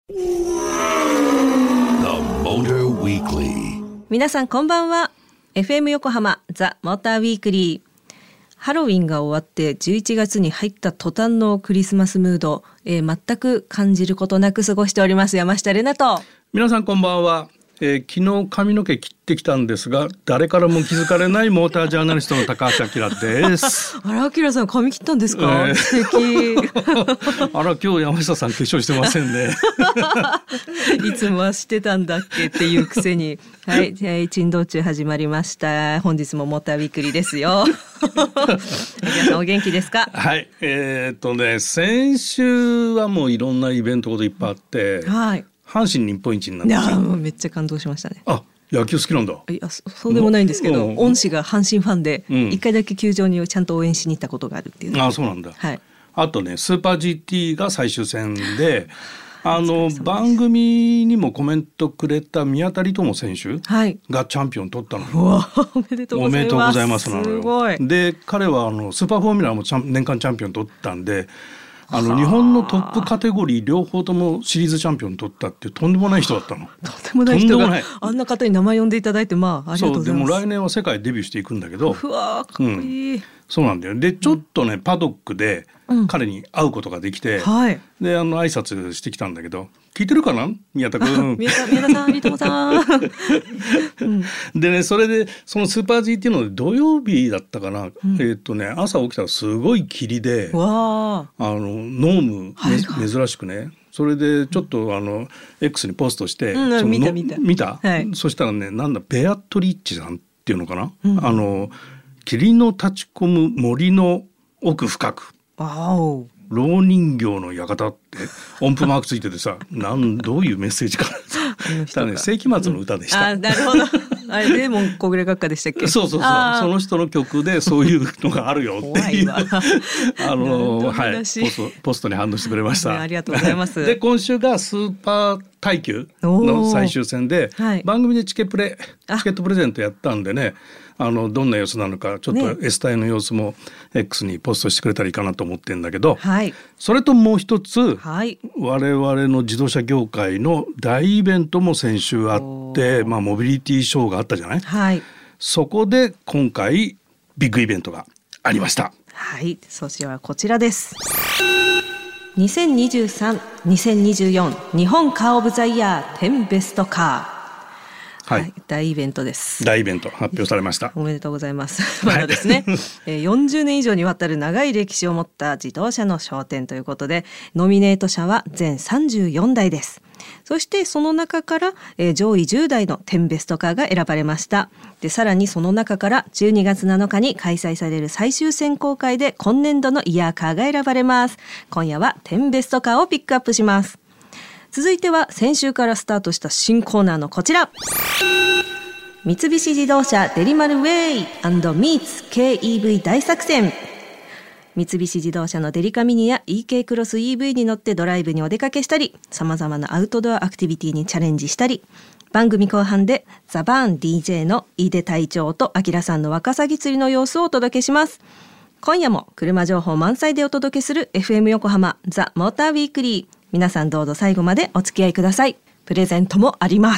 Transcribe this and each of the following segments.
皆さんこんばんは。 FM 横浜ザ・モーターウィークリー。ハロウィンが終わって11月に入った途端のクリスマスムード、全く感じることなく過ごしております山下玲奈と。 皆さんこんばんは。昨日髪の毛切ってきたんですが、誰からも気づかれないモータージャーナリストの高橋明ですあら、明さん髪切ったんですか、素敵あら、今日山下さん化粧してませんねいつもはしてたんだっけっていうくせにはい、珍道中始まりました。本日もモーターウィークリーですよ皆さんお元気ですか？ はい、先週はもういろんなイベントこといっぱいあって、はい、阪神日本一になってた。めっちゃ感動しましたね。 あ、野球好きなんだ。 いや、そうでもないんですけど、恩師が阪神ファンで一回だけ球場にちゃんと応援しに行ったことがあるっていう。 あ、そうなんだ。はい。あとね、スーパー GT が最終戦で番組にもコメントくれた宮田理友選手がチャンピオン取ったのよ。 はい、おめでとうございます。 なのよ。すごい。で、彼はスーパーフォーミュラも年間チャンピオン取ったんで、日本のトップカテゴリー両方ともシリーズチャンピオン取ったっていうとんでもない人だったの。 とんでもない人があんな方に名前呼んでいただいて、ありがとうございます。 そう、でも来年は世界デビューしていくんだけど、 うわー、かっこいい。そうなんだよ。で、ちょっとね、パドックで彼に会うことができて、はい、で挨拶してきたんだけど、聞いてるかな宮田君宮田さん、理友さんでね、それでそのスーパー G っていうので土曜日だったかな、朝起きたらすごい霧で、ノーム、珍しくね、それでちょっとX にポストして、見た、はい、そしたらね、なんだベアトリッチさんっていうのかな、霧の立ち込む森の奥深く、老人形の館って音符マークついててさどういうメッセージかなね、世紀末の歌でした。 なるほどあれデーモン小暮学科でしたっけ？ そうその人の曲でそういうのがあるよっていうポストに反応してくれました、 ありがとうございます。 で、今週がスーパー耐久の最終戦で、番組でチケットプレゼントやったんでね、どんな様子なのかちょっと S 隊の様子も X にポストしてくれたらいいかなと思ってるんだけど、それともう一つ、我々の自動車業界の大イベントも先週あって、モビリティショーがあったじゃない、そこで今回ビッグイベントがありました。 はい、そちらはこちらです。2023、2024日本カーオブザイヤー10ベストカー。はい、大イベントです。 大イベント発表されました。 おめでとうございますまだですね、40年以上にわたる長い歴史を持った自動車の賞典ということで、ノミネート車は全34台です。そしてその中から、上位10台の10ベストカーが選ばれました。で、さらにその中から12月7日に開催される最終選考会で今年度のイヤーカーが選ばれます。今夜は10ベストカーをピックアップします。続いては先週からスタートした新コーナーのこちら、三菱自動車デリマルウェイ&ミーツ KEV 大作戦。三菱自動車のデリカミニや EK クロス EV に乗ってドライブにお出かけしたり、様々なアウトドアアクティビティにチャレンジしたり、番組後半でザバーン DJ の井出隊長とアキラさんのワカサギ釣りの様子をお届けします。今夜も車情報満載でお届けする FM 横浜ザ・モーターウィークリー。皆さんどうぞ最後までお付き合いください。プレゼントもあります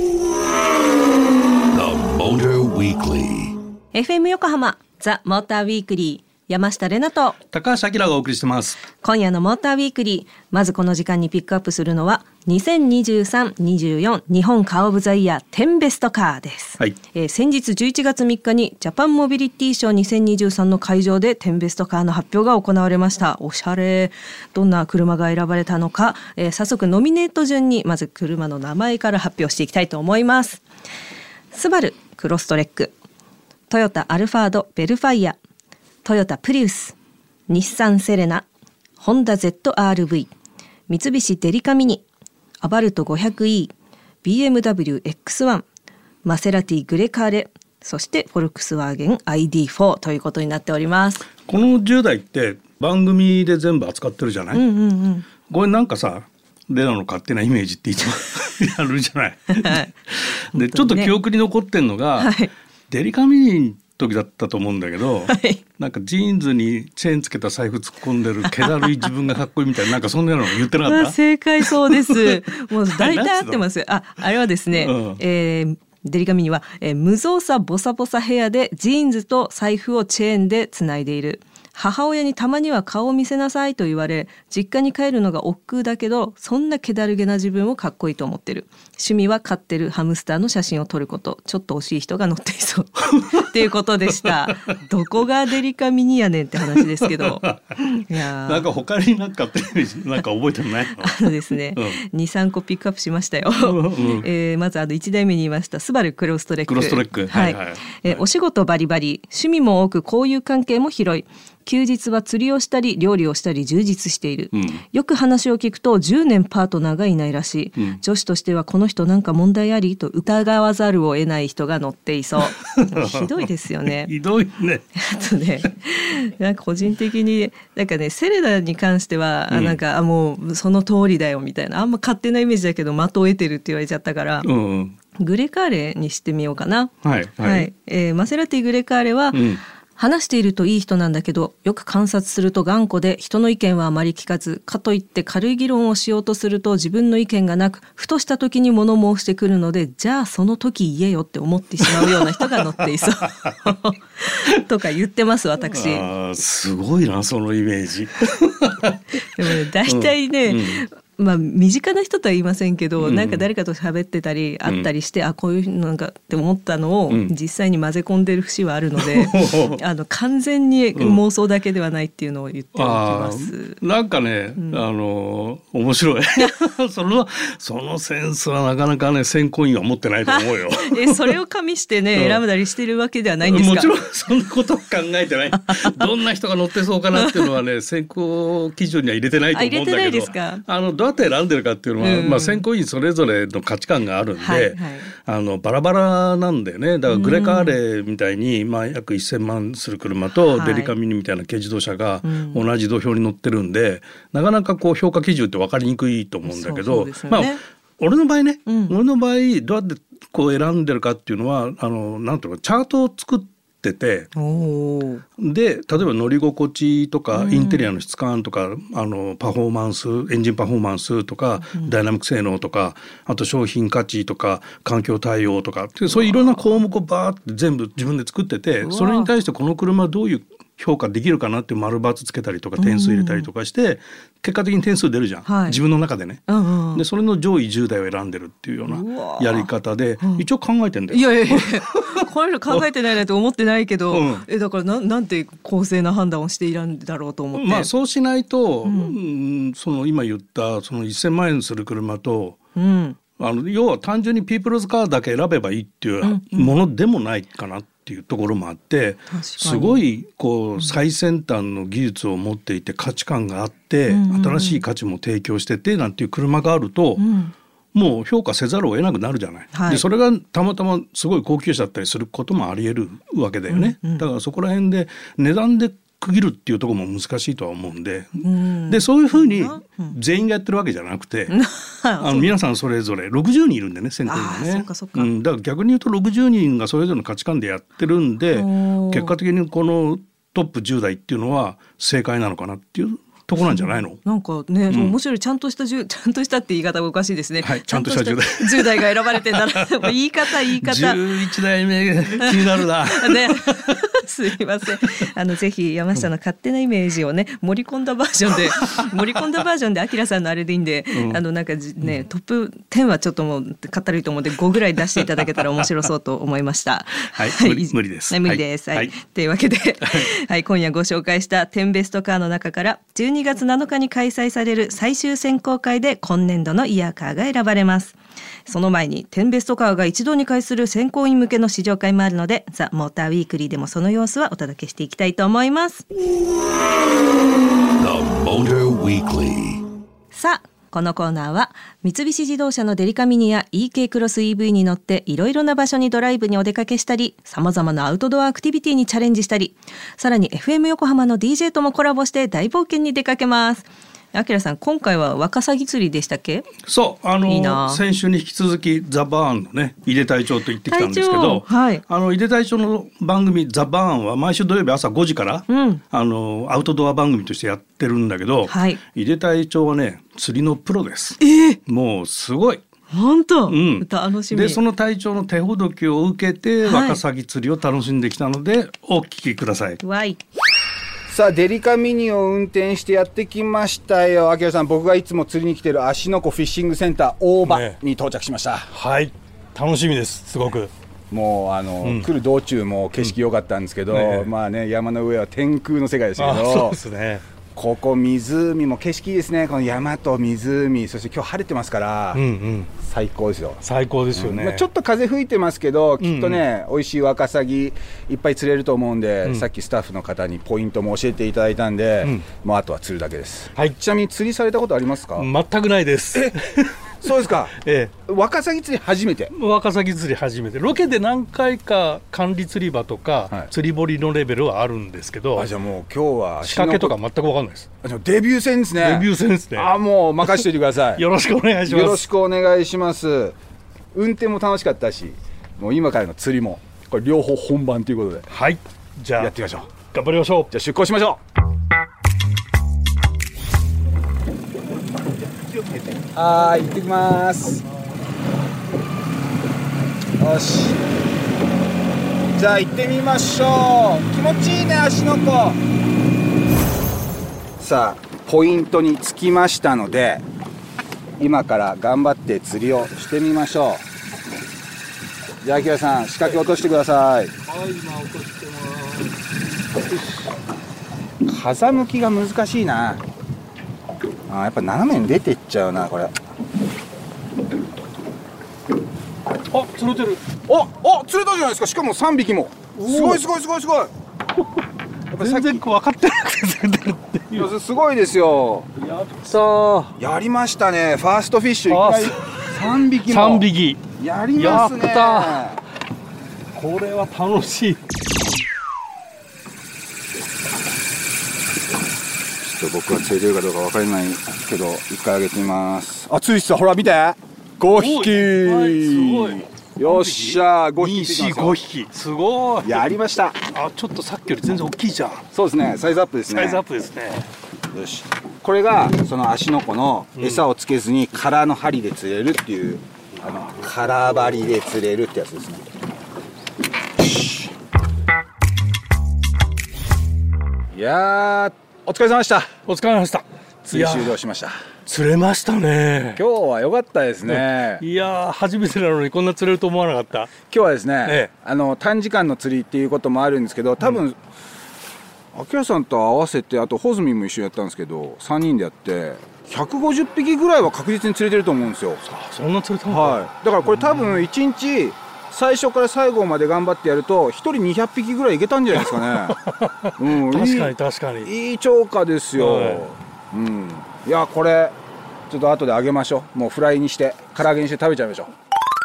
。FM 横浜ザ・モーターウィークリー、山下玲奈と高橋明がお送りしてます。 今夜のモーターウィークリー、まずこの時間にピックアップするのは2023-24日本カーオブザイヤー10ベストカーです。はい、先日11月3日にジャパンモビリティショー2023の会場で10ベストカーの発表が行われました。おしゃれ。どんな車が選ばれたのか、早速ノミネート順にまず車の名前から発表していきたいと思います。スバルクロストレック、トヨタアルファードベルファイア、トヨタプリウス、日産セレナ、ホンダ ZR-V、三菱デリカミニ、アバルト 500e、BMW X1、マセラティグレカーレ、そしてフォルクスワーゲン ID4 ということになっております。 この10台って番組で全部扱ってるじゃない、これなんかさ、レナの勝手なイメージっていつもやるじでちょっと記憶に残ってんのが、デリカミニ時だったと思うんだけど、 はい、 なんかジーンズにチェーンつけた財布突っ込んでる気だるい自分がかっこいいみたいな、なんかそんなの言ってなかった？ 正解そうです。もう大体合ってます。あれはですね、デリカミニは、無造作ボサボサヘアでジーンズと財布をチェーンでつないでいる。母親にたまには顔を見せなさいと言われ、実家に帰るのが億劫だけど、そんな気だるげな自分をかっこいいと思ってる。趣味は飼ってるハムスターの写真を撮ること。ちょっと惜しい人が載っていそうっていうことでした。どこがデリカミニやねんって話ですけど、いやなんか他になんかテレビなんか覚えてないの？ ですね、2、3個ピックアップしましたよ。まず1題目に言いましたスバルクロストレック。はい、お仕事バリバリ、趣味も多く交友関係も広い。休日は釣りをしたり料理をしたり充実している、よく話を聞くと10年パートナーがいないらしい、女子としてはこの人なんか問題ありと疑わざるを得ない人が乗っていそうひどいですよね。 ひどいね。 あとね、なんか個人的になんかね、セレナに関しては、なんかもうその通りだよみたいな、あんま勝手なイメージだけど的を得てるって言われちゃったから、グレカーレにしてみようかな。マセラティグレカーレは、話しているといい人なんだけど、よく観察すると頑固で人の意見はあまり聞かず、かといって軽い議論をしようとすると自分の意見がなく、ふとした時に物申してくるので、じゃあその時言えよって思ってしまうような人が乗っていそうとか言ってます私。 すごいなそのイメージでもね、大体ね、身近な人とは言いませんけど、なんか誰かと喋ってたり会ったりして、こういうのなんかって思ったのを実際に混ぜ込んでる節はあるので、完全に妄想だけではないっていうのを言っておきます。 なんかね、面白いそのセンスはなかなかね、選考員は持ってないと思うよそれを加味してね、選んだりしてるわけではないんですか？ もちろんそんなことは考えてないどんな人が乗ってそうかなっていうのはね、選考基準には入れてないと思うんだけど、 入れてないですか？ どうやって選んでるかっていうのは、選考委員それぞれの価値観があるんで、バラバラなんだよね。だからグレカーレみたいに、約1000万する車とデリカミニみたいな軽自動車が同じ土俵に乗ってるんで、なかなかこう評価基準って分かりにくいと思うんだけど、俺の場合ね、俺の場合どうやってこう選んでるかっていうのは、なんていうの、チャートを作ってて、で例えば乗り心地とか、インテリアの質感とか、パフォーマンス、エンジンパフォーマンスとか、ダイナミック性能とか、あと商品価値とか環境対応とか、そういういろんな項目をバーって全部自分で作ってて、それに対してこの車どういう評価できるかなって丸×つけたりとか点数入れたりとかして、結果的に点数出るじゃん、自分の中でね、でそれの上位10台を選んでるっていうようなやり方で、一応考えてんだよ。いやこれ考えてないなんて思ってないけど、だからなんて公正な判断をしているんだろうと思って、 そうしないと、その今言ったその1000万円する車と、要は単純にピープルズカーだけ選べばいいっていうものでもないかなっていうところもあって、すごいこう最先端の技術を持っていて価値観があって、新しい価値も提供しててなんていう車があると、もう評価せざるを得なくなるじゃない、でそれがたまたますごい高級車だったりすることもあり得るわけだよね、だからそこら辺で値段で区切るっていうところも難しいとは思うんで、でそういうふうに全員がやってるわけじゃなくて皆さんそれぞれ60人いるんでね、選考員がね。だから逆に言うと60人がそれぞれの価値観でやってるんで、結果的にこのトップ10台っていうのは正解なのかなっていうとこなんじゃないの？ なんかね、面白い。ちゃんとしたって言い方がおかしいですね。 ちゃんとした 10代が選ばれてんだな言い方 11代目気になるなねすいません。ぜひ山下の勝手なイメージをね、盛り込んだバージョンでアキラさんのあれでいいんで、なんかね、トップ10はちょっともうかったるいと思うんで5ぐらい出していただけたら面白そうと思いました無理です。 無理です。というわけで、今夜ご紹介した10ベストカーの中から12月7日に開催される最終選考会で今年度のイヤーカーが選ばれます。その前に10ベストカーが一堂に会する選考員向けの試乗会もあるので、ザ・モーターウィークリーでもその様子はお届けしていきたいと思います。さあ、このコーナーは三菱自動車のデリカミニや EK クロス EV に乗っていろいろな場所にドライブにお出かけしたり、様々なアウトドアアクティビティにチャレンジしたり、さらに FM 横浜の DJ ともコラボして大冒険に出かけます。 あきらさん、今回はワカサギ釣りでしたっけ？ そう、 いいな。 先週に引き続きザ・バーンのね井出隊長と行ってきたんですけど、 はい、 井出隊長の番組ザ・バーンは毎週土曜日朝5時から、アウトドア番組としてやってるんだけど、はい、井出隊長はね釣りのプロです。もうすごい。 本当、楽しみ。 でその隊長の手ほどきを受けて、ワカサギ釣りを楽しんできたのでお聞きください。 わい。 さあデリカミニを運転してやってきましたよ。あきらさん、僕がいつも釣りに来てる芦ノ湖フィッシングセンター大場に到着しました、 はい、楽しみです。すごくもう来る道中も景色良かったんですけど、まあね、山の上は天空の世界ですけど、 そうですね、 ここ湖も景色いいですね。この山と湖、そして今日晴れてますから、最高ですよ。 最高ですよね。 ちょっと風吹いてますけど、きっとね、美味しいワカサギいっぱい釣れると思うんで、さっきスタッフの方にポイントも教えていただいたんで、もうあとは釣るだけです。はい。ちなみに釣りされたことありますか？ 全くないです。 そうですか。ワカサギ釣り初めて。 ワカサギ釣り初めて。ロケで何回か管理釣り場とか、釣り堀のレベルはあるんですけど、 じゃあもう今日は仕掛けとか全く分かんないです。 デビュー戦ですね。 デビュー戦ですね。 もう任せておいてください。 よろしくお願いします。 よろしくお願いします。運転も楽しかったし、もう今からの釣りもこれ両方本番ということで、 はい、じゃあやってみましょう。 頑張りましょう。 じゃあ出港しましょう。はい、行ってきます。よし、じゃあ行ってみましょう。気持ちいいね、芦ノ湖。さあポイントに着きましたので、今から頑張って釣りをしてみましょう。じゃああきらさん、仕掛け落としてください。 はい、今落としてます。風向きが難しいな。やっぱ斜めに出ていっちゃうな、これ。 釣れてる。 釣れたじゃないですか。しかも3匹も。すごいすごいすごいすごい。 全然分かってなくて釣れてるっていう。 すごいですよ。 やったー。 やりましたね。ファーストフィッシュいきなり3匹も。 3匹。 やりますね。 やった。これは楽しい。 僕は釣れてるかどうか分からないけど、一回あげてみます。ついてた。ほら見て、5匹。すごい。よっしゃー、5匹。 5匹。すごい。 やりました。 ちょっとさっきより全然大きいじゃん。 そうですね、サイズアップですね。 サイズアップですね。 よし、これがその芦ノ湖の餌をつけずに空の針で釣れるっていう、空針で釣れるってやつですね。いやー、お疲れ様でした。 お疲れ様でした。 釣り終了しました。 釣れましたね。 今日は良かったですね。 いやー、初めてなのにこんな釣れると思わなかった。 今日はですね、短時間の釣りっていうこともあるんですけど、多分あきらさんと合わせて、あとホズミも一緒にやったんですけど、3人でやって150匹ぐらいは確実に釣れてると思うんですよ。 そんな釣れたのか。 はい。だからこれ多分1日最初から最後まで頑張ってやると1人200匹ぐらいいけたんじゃないですかね。 確かに確かに。 いい超過ですよ。いや、これちょっと後で揚げましょう。もうフライにして唐揚げにして食べちゃいましょう。 も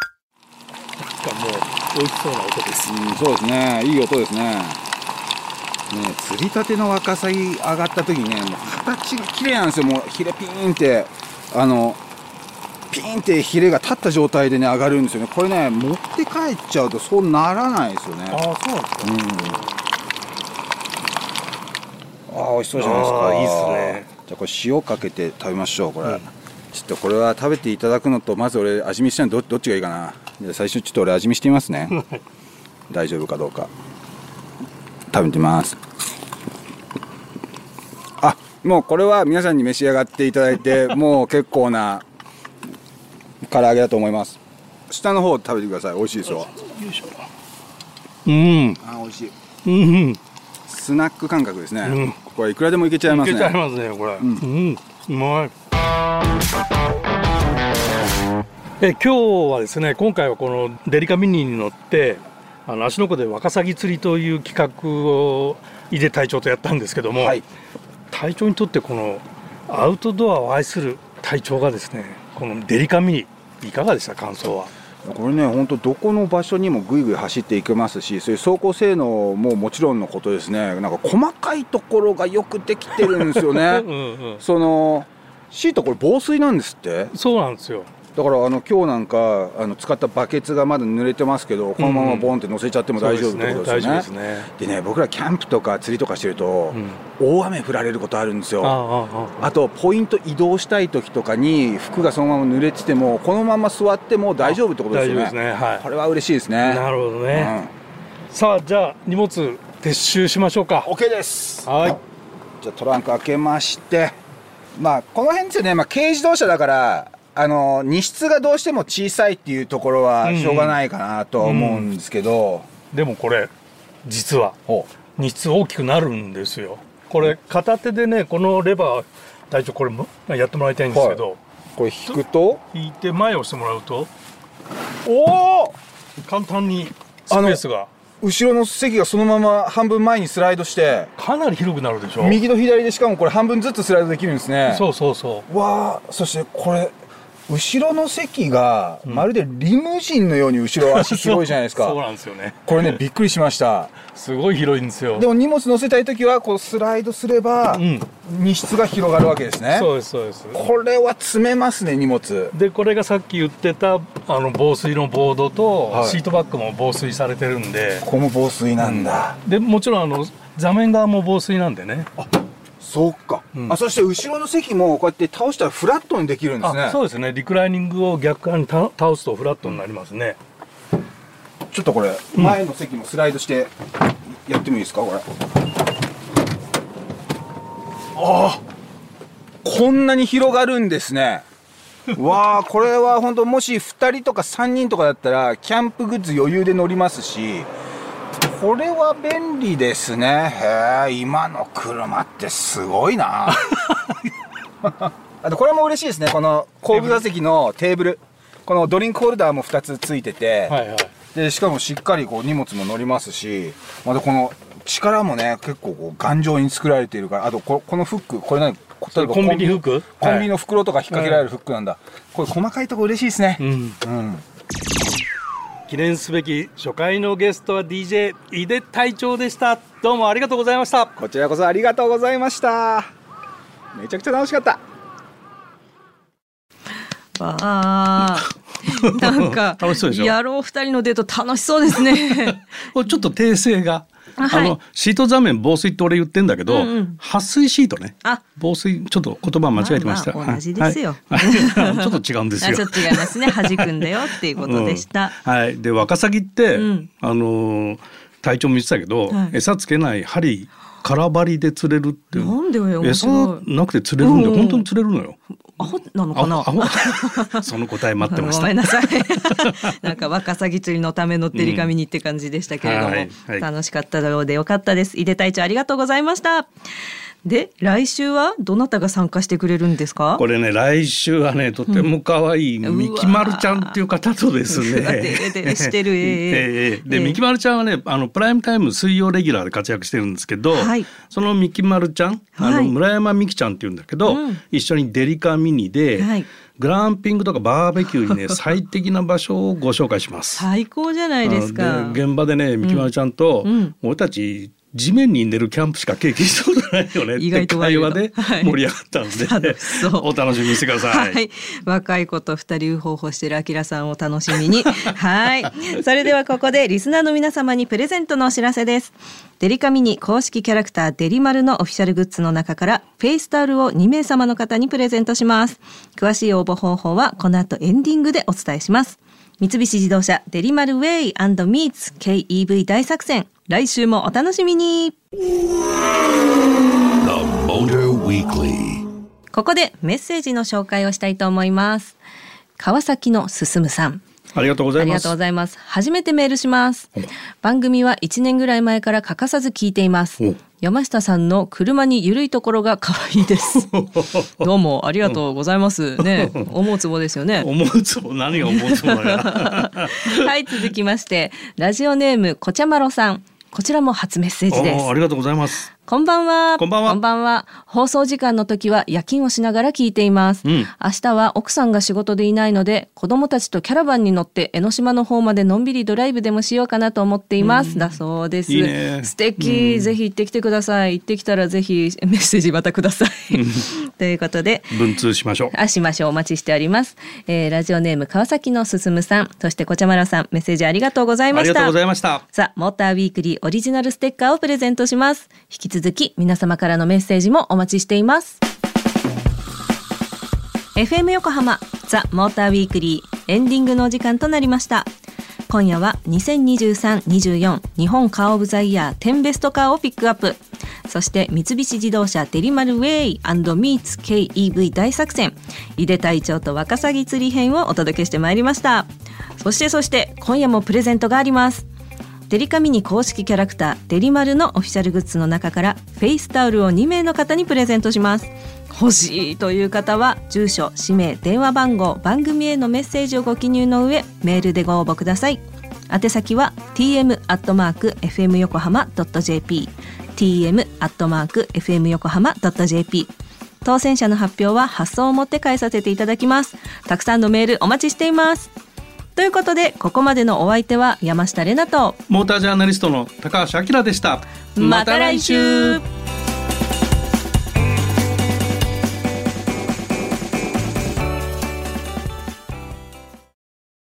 う美味しそうな音です。 そうですね、いい音ですね。釣りたてのワカサギ上がった時にね、もう形が綺麗なんですよ。もうヒレピーンってピーンってヒレが立った状態でね上がるんですよね。これね、持って帰っちゃうとそうならないですよね。 そうなんですか。 美味しそうじゃないですか。 いいですね。 じゃあこれ塩かけて食べましょう。これ、ちょっとこれは食べていただくのと、まず俺味見したのどっちがいいかな。じゃあ最初ちょっと俺味見してみますね。大丈夫かどうか食べてみます。もうこれは皆さんに召し上がっていただいてもう結構な唐揚げだと思います。下の方食べてください。美味しいですよ。よいしょ。美味しい。スナック感覚ですね。これいくらでもいけちゃいますね。 いけちゃいますね、これ。うまい。今日はですね、今回はこのデリカミニに乗って芦ノ湖でワカサギ釣りという企画を井出隊長とやったんですけども、隊長にとってこのアウトドアを愛する隊長がですね、このデリカミニいかがでした？感想は。 これね、本当どこの場所にもぐいぐい走っていけますし、そういう走行性能ももちろんのことですね、なんか細かいところがよくできてるんですよね。そのシートこれ防水なんですって。 そうなんですよ。 だから今日なんか使ったバケツがまだ濡れてますけど、このままボンって乗せちゃっても大丈夫ってことですよね。でね、僕らキャンプとか釣りとかしてると、大雨降られることあるんですよ。あとポイント移動したい時とかに服がそのまま濡れててもこのまま座っても大丈夫ってことですよね。大丈夫ですね、はい、これは嬉しいですね。 なるほどね、さあじゃあ荷物撤収しましょうか。 OK です。 はい、 じゃあトランク開けまして、まあこの辺ですよね、軽自動車だから荷室がどうしても小さいっていうところはしょうがないかなとは思うんですけど、 でもこれ実は荷室大きくなるんですよ。これ片手でね、このレバー隊長これやってもらいたいんですけど、 これ引くと、 引いて前を押してもらうと、おお簡単にスペースが、 後ろの席がそのまま半分前にスライドしてかなり広くなるでしょ。 右と左でしかもこれ半分ずつスライドできるんですね。 そうそうそう。 わあ、そしてこれ後ろの席がまるでリムジンのように後ろ足広いじゃないですか。 そうなんですよね。 これね、びっくりしました。 すごい広いんですよ。 でも荷物乗せたい時はこうスライドすれば荷室が広がるわけですね。 そうですそうです。 これは詰めますね、荷物で。これがさっき言ってた防水のボードとシートバッグも防水されてるんで、 ここも防水なんだ、 でもちろん座面側も防水なんでね。 そうか、そして後ろの席もこうやって倒したらフラットにできるんですね。 そうですね、リクライニングを逆側に倒すとフラットになりますね。 ちょっとこれ、前の席もスライドしてやってもいいですか、これ。ああ、こんなに広がるんですね。わあ、これは本当もし2人とか3人とかだったらキャンプグッズ余裕で乗りますし、これは便利ですね。へえ、今の車ってすごいな。あとこれも嬉しいですね、この後部座席のテーブル、このドリンクホルダーも2つついてて、でしかもしっかりこう荷物も乗りますし、またこの力もね結構こう頑丈に作られているから、あとこのフック、これ何、 例えばコンビニフック、 コンビニの袋とか引っ掛けられるフックなんだ、これ細かいとこ嬉しいですね。 記念すべき初回のゲストは DJ 井出隊長でした。どうもありがとうございました。 こちらこそありがとうございました。めちゃくちゃ楽しかった。 わあ、なんか楽しそうでしょ。 野郎2人のデート楽しそうですね。 これちょっと訂正が、シート座面防水って俺言ってんだけど、撥水シートね。防水、ちょっと言葉間違えてました。 同じですよ。 ちょっと違うんですよ。 ちょっと違いますね。弾くんだよっていうことでした。 はい。でワカサギって、隊長も言ってたけど、餌つけない針空針りで釣れるって。 なんでよ。 餌なくて釣れるんで、本当に釣れるのよ。 アホなのかな。 その答え待ってました。 ごめんなさい。なんかワカサギ釣りのためのデリカミニって感じでしたけれども、楽しかったようでよかったです。井出隊長ありがとうございました。で来週はどなたが参加してくれるんですか。 これね、来週はね、とても可愛いみきまるちゃんっていう方とですねしてるでみきまるちゃんはね、プライムタイム水曜レギュラーで活躍してるんですけど、そのみきまるちゃん、村山みきちゃんっていうんだけど、一緒にデリカミニで、グランピングとかバーベキューにね最適な場所をご紹介します。 最高じゃないですか。 で現場でね、みきまるちゃんと、俺たち地面に寝るキャンプしか経験したことないよねって会話で盛り上がったんで、お楽しみにしてください。 若い子と2人ウホウホしてるあきらさんを楽しみに。それではここでリスナーの皆様にプレゼントのお知らせです。デリカミニ公式キャラクターデリマルのオフィシャルグッズの中からフェイスタオルを2名様の方にプレゼントします。詳しい応募方法はこの後エンディングでお伝えします。三菱自動車デリマルウェイ&ミーツ KEV 大作戦、来週もお楽しみに。ここでメッセージの紹介をしたいと思います。川崎のすすむさん、 ありがとうございます。 ありがとうございます。初めてメールします。番組は1年ぐらい前から欠かさず聞いています。山下さんの車に緩いところが可愛いです。どうもありがとうございますね。思うつぼですよね。 思うつぼ、何が思うつぼだよ。 はい、続きましてラジオネームこちゃまろさん、こちらも初メッセージです。 ありがとうございます。 こんばんは。 こんばんは。 こんばんは。放送時間の時は夜勤をしながら聞いています。明日は奥さんが仕事でいないので、子供たちとキャラバンに乗って江ノ島の方までのんびりドライブでもしようかなと思っています。だそうです。 いいね。 素敵。ぜひ行ってきてください。行ってきたらぜひメッセージまたください。ということで、 文通しましょう。 しましょう。お待ちしております。ラジオネーム川崎のすすむさん、そしてこちゃまらさん、メッセージありがとうございました。 ありがとうございました。 さあ、モーターウィークリーオリジナルステッカーをプレゼントします。引き続き皆様からのメッセージもお待ちしています。 FM 横浜ザ・モーターウィークリーエンディングのお時間となりました。今夜は2023-24日本カーオブザイヤー10ベストカーをピックアップ。そして三菱自動車デリマルウェイ&ミーツ KEV 大作戦、井出隊長とワカサギ釣り編をお届けしてまいりました。そして今夜もプレゼントがあります。デリカミニ公式キャラクターデリマルのオフィシャルグッズの中からフェイスタオルを2名の方にプレゼントします。欲しいという方は住所、氏名、電話番号、番組へのメッセージをご記入の上メールでご応募ください。宛先は tm@fmyokohama.jp tm@fmyokohama.jp。 当選者の発表は発送をもって返させていただきます。たくさんのメールお待ちしています。ということで、ここまでのお相手は山下れなとモータージャーナリストの高橋明でした。 また来週。